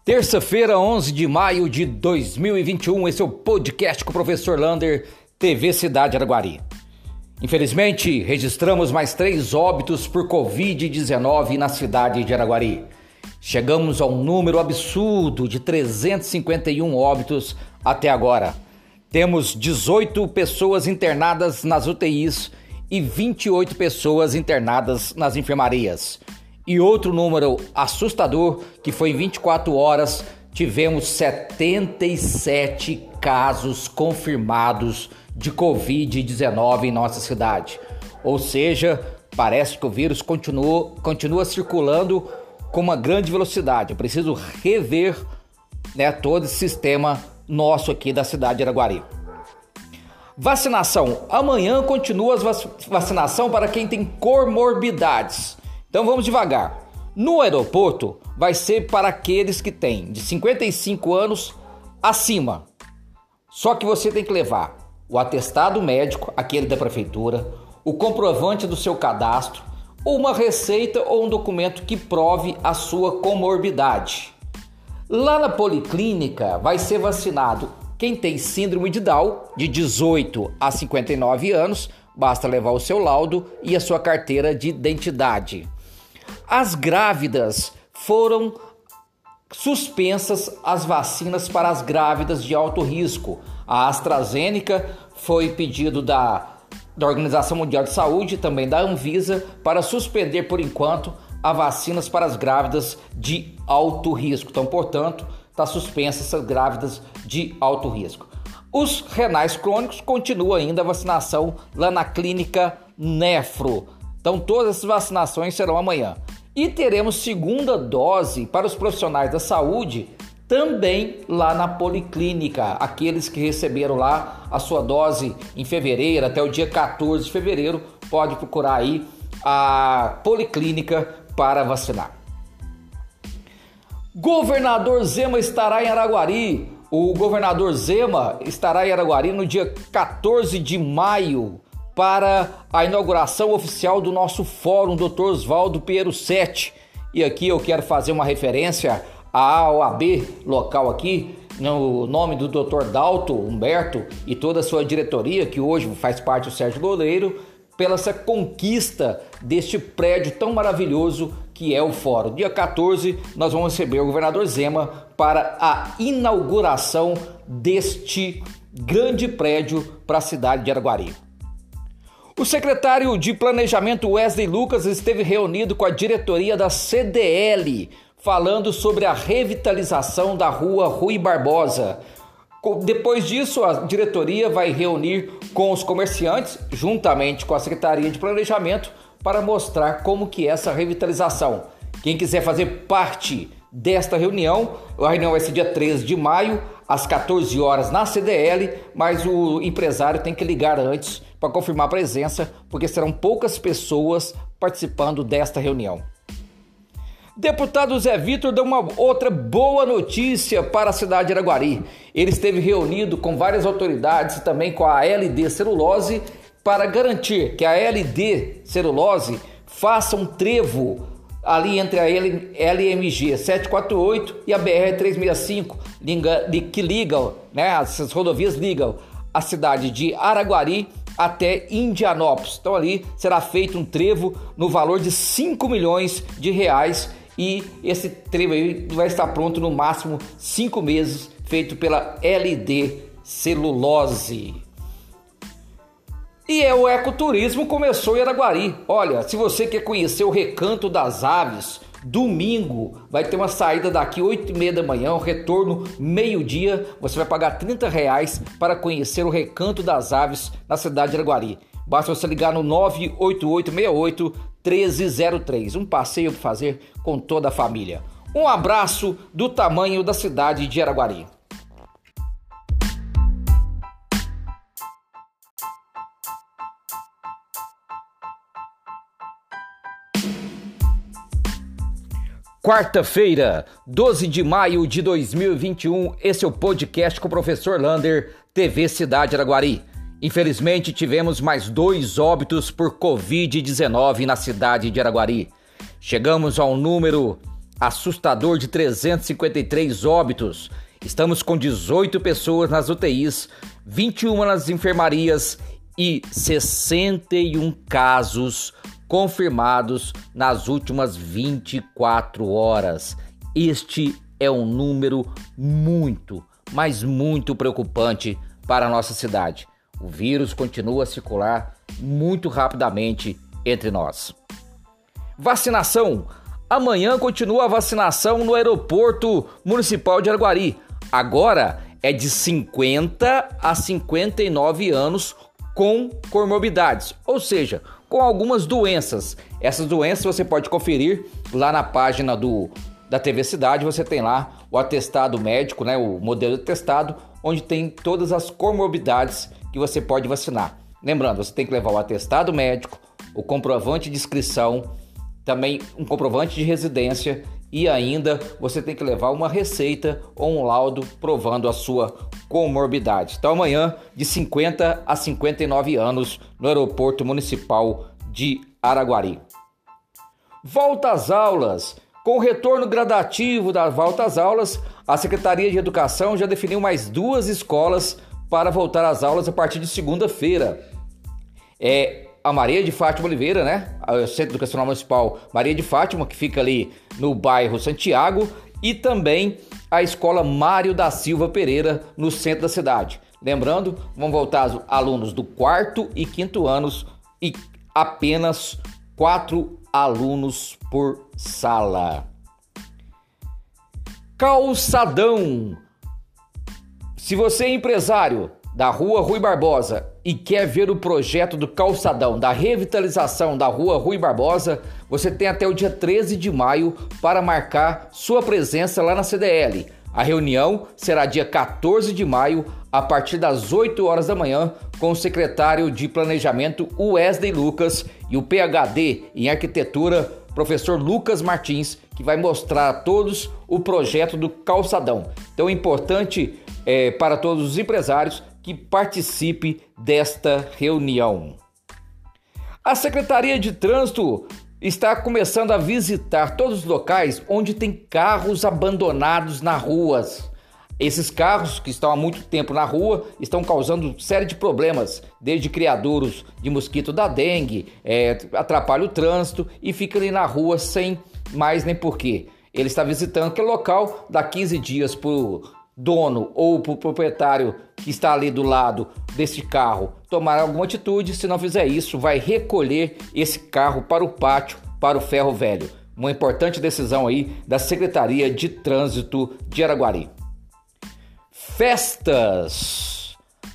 Terça-feira, 11 de maio de 2021, esse é o podcast com o professor Lander, TV Cidade Araguari. Infelizmente, registramos mais 3 óbitos por Covid-19 na cidade de Araguari. Chegamos a um número absurdo de 351 óbitos até agora. Temos 18 pessoas internadas nas UTIs e 28 pessoas internadas nas enfermarias. E outro número assustador, que foi em 24 horas, tivemos 77 casos confirmados de Covid-19 em nossa cidade. Ou seja, parece que o vírus continua circulando com uma grande velocidade. Eu preciso rever, todo esse sistema nosso aqui da cidade de Araguari. Vacinação. Amanhã continua a vacinação para quem tem comorbidades. Então vamos devagar. No aeroporto vai ser para aqueles que têm de 55 anos acima. Só que você tem que levar o atestado médico, aquele da prefeitura, o comprovante do seu cadastro, ou uma receita ou um documento que prove a sua comorbidade. Lá na policlínica vai ser vacinado quem tem síndrome de Down, de 18 a 59 anos, basta levar o seu laudo e a sua carteira de identidade. As grávidas foram suspensas as vacinas para as grávidas de alto risco. A AstraZeneca foi pedido da Organização Mundial de Saúde e também da Anvisa para suspender por enquanto as vacinas para as grávidas de alto risco. Então, portanto, está suspensa essas grávidas de alto risco. Os renais crônicos continuam ainda a vacinação lá na clínica Nefro. Então, todas essas vacinações serão amanhã. E teremos segunda dose para os profissionais da saúde também lá na policlínica. Aqueles que receberam lá a sua dose em fevereiro, até o dia 14 de fevereiro, pode procurar aí a policlínica para vacinar. Governador Zema estará em Araguari. O governador Zema estará em Araguari no dia 14 de maio para a inauguração oficial do nosso fórum Dr. Oswaldo Pinheiro Sete. E aqui eu quero fazer uma referência à OAB local aqui, no nome do Dr. Dalto Humberto e toda a sua diretoria, que hoje faz parte do Sérgio Goleiro, pela essa conquista deste prédio tão maravilhoso que é o fórum. Dia 14 nós vamos receber o governador Zema para a inauguração deste grande prédio para a cidade de Araguari. O secretário de Planejamento Wesley Lucas esteve reunido com a diretoria da CDL, falando sobre a revitalização da rua Rui Barbosa. Depois disso, a diretoria vai reunir com os comerciantes, juntamente com a Secretaria de Planejamento, para mostrar como que é essa revitalização. Quem quiser fazer parte desta reunião, a reunião vai ser dia 13 de maio, às 14 horas na CDL, mas o empresário tem que ligar antes para confirmar a presença, porque serão poucas pessoas participando desta reunião. Deputado Zé Vitor deu uma outra boa notícia para a cidade de Araguari. Ele esteve reunido com várias autoridades e também com a LD Celulose para garantir que a LD Celulose faça um trevo ali entre a LMG 748 e a BR 365, que ligam, essas rodovias ligam a cidade de Araguari até Indianópolis. Então ali será feito um trevo no valor de 5 milhões de reais e esse trevo aí vai estar pronto no máximo 5 meses, feito pela LD Celulose. E o ecoturismo começou em Araguari. Olha, se você quer conhecer o Recanto das Aves, domingo vai ter uma saída daqui 8h30 da manhã, um retorno meio-dia. Você vai pagar R$30 para conhecer o Recanto das Aves na cidade de Araguari. Basta você ligar no 98868-1303. Um passeio para fazer com toda a família. Um abraço do tamanho da cidade de Araguari. Quarta-feira, 12 de maio de 2021, esse é o podcast com o professor Lander, TV Cidade Araguari. Infelizmente, tivemos mais 2 óbitos por Covid-19 na cidade de Araguari. Chegamos ao número assustador de 353 óbitos. Estamos com 18 pessoas nas UTIs, 21 nas enfermarias e 61 casos confirmados nas últimas 24 horas. Este é um número muito, mas muito preocupante para a nossa cidade. O vírus continua a circular muito rapidamente entre nós. Vacinação. Amanhã continua a vacinação no Aeroporto Municipal de Araguari. Agora é de 50 a 59 anos com comorbidades, ou seja, com algumas doenças. Essas doenças você pode conferir lá na página da TV Cidade. Você tem lá o atestado médico, né, o modelo de atestado, onde tem todas as comorbidades que você pode vacinar. Lembrando, você tem que levar o atestado médico, o comprovante de inscrição, também um comprovante de residência e ainda você tem que levar uma receita ou um laudo provando a sua comorbidade. Então amanhã de 50 a 59 anos no Aeroporto Municipal de Araguari. Volta às aulas. Com o retorno gradativo da volta às aulas, a Secretaria de Educação já definiu mais 2 escolas para voltar às aulas a partir de segunda-feira. A Maria de Fátima Oliveira, né? O Centro Educacional Municipal Maria de Fátima, que fica ali no bairro Santiago, e também a Escola Mário da Silva Pereira, no centro da cidade. Lembrando, vão voltar os alunos do 4º e 5º anos e apenas 4 alunos por sala. Calçadão. Se você é empresário da Rua Rui Barbosa e quer ver o projeto do calçadão, da revitalização da Rua Rui Barbosa, você tem até o dia 13 de maio para marcar sua presença lá na CDL. A reunião será dia 14 de maio, a partir das 8 horas da manhã, com o secretário de Planejamento Wesley Lucas e o PhD em Arquitetura, professor Lucas Martins, que vai mostrar a todos o projeto do calçadão. Então é importante para todos os empresários que participe desta reunião. A Secretaria de Trânsito está começando a visitar todos os locais onde tem carros abandonados nas ruas. Esses carros que estão há muito tempo na rua estão causando série de problemas, desde criadouros de mosquito da dengue, atrapalha o trânsito e fica ali na rua sem mais nem porquê. Ele está visitando aquele local, dá 15 dias para o dono ou para o proprietário que está ali do lado desse carro tomar alguma atitude. Se não fizer isso, vai recolher esse carro para o pátio, para o ferro velho. Uma importante decisão aí da Secretaria de Trânsito de Araguari. Festas.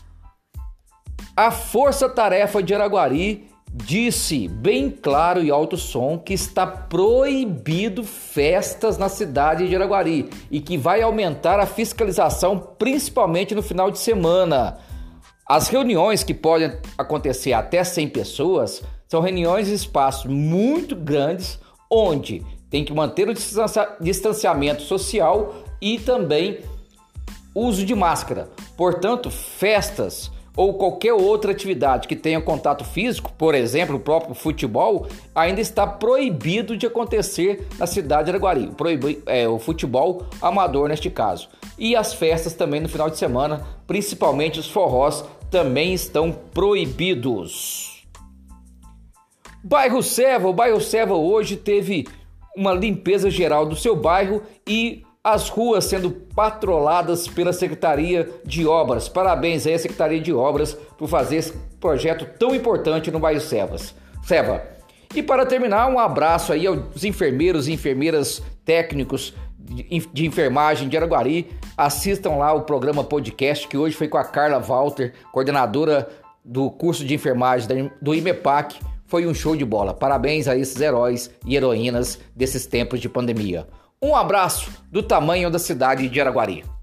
A Força Tarefa de Araguari disse bem claro e alto som que está proibido festas na cidade de Araguari e que vai aumentar a fiscalização, principalmente no final de semana. As reuniões, que podem acontecer até 100 pessoas, são reuniões em espaços muito grandes, onde tem que manter o distanciamento social e também uso de máscara. Portanto, festas ou qualquer outra atividade que tenha contato físico, por exemplo, o próprio futebol, ainda está proibido de acontecer na cidade de Araguari. O futebol amador neste caso. E as festas também no final de semana, principalmente os forrós, também estão proibidos. O bairro Seva hoje teve uma limpeza geral do seu bairro e as ruas sendo patroladas pela Secretaria de Obras. Parabéns aí à Secretaria de Obras por fazer esse projeto tão importante no bairro Seva. E para terminar, um abraço aí aos enfermeiros e enfermeiras técnicos de enfermagem de Araguari. Assistam lá o programa podcast, que hoje foi com a Carla Walter, coordenadora do curso de enfermagem do IMEPAC. Foi um show de bola. Parabéns a esses heróis e heroínas desses tempos de pandemia. Um abraço do tamanho da cidade de Araguari.